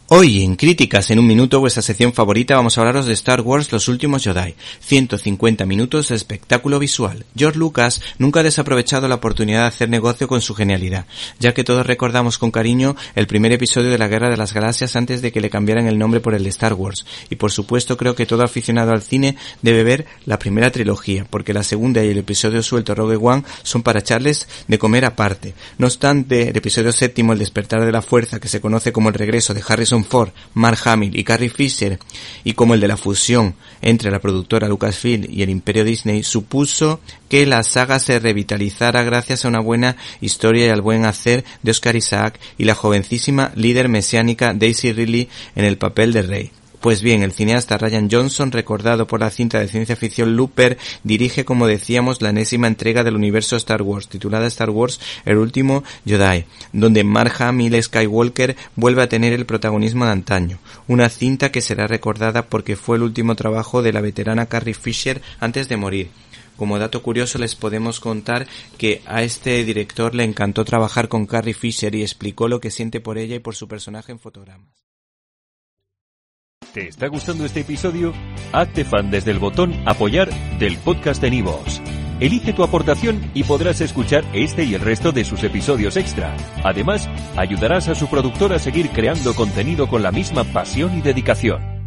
Hoy en Críticas en un Minuto, vuestra sección favorita, vamos a hablaros de Star Wars Los Últimos Jedi. 150 minutos de espectáculo visual. George Lucas nunca ha desaprovechado la oportunidad de hacer negocio con su genialidad, ya que todos recordamos con cariño el primer episodio de la Guerra de las Galaxias antes de que le cambiaran el nombre por el de Star Wars. Y por supuesto creo que todo aficionado al cine debe ver la primera trilogía, porque la segunda y el episodio suelto Rogue One son para echarles de comer aparte. No obstante, el episodio séptimo, El Despertar de la Fuerza, que se conoce como el regreso de Harrison Ford, Mark Hamill y Carrie Fisher, y como el de la fusión entre la productora Lucasfilm y el Imperio Disney, supuso que la saga se revitalizara gracias a una buena historia y al buen hacer de Oscar Isaac y la jovencísima líder mesiánica Daisy Ridley en el papel de Rey. Pues bien, el cineasta Rian Johnson, recordado por la cinta de ciencia ficción Looper, dirige, como decíamos, la enésima entrega del universo Star Wars, titulada Star Wars El Último Jedi, donde Mark Hamill Skywalker vuelve a tener el protagonismo de antaño. Una cinta que será recordada porque fue el último trabajo de la veterana Carrie Fisher antes de morir. Como dato curioso les podemos contar que a este director le encantó trabajar con Carrie Fisher y explicó lo que siente por ella y por su personaje en fotogramas. ¿Te está gustando este episodio? Hazte fan desde el botón Apoyar del podcast de Nivos. Elige tu aportación y podrás escuchar este y el resto de sus episodios extra. Además, ayudarás a su productor a seguir creando contenido con la misma pasión y dedicación.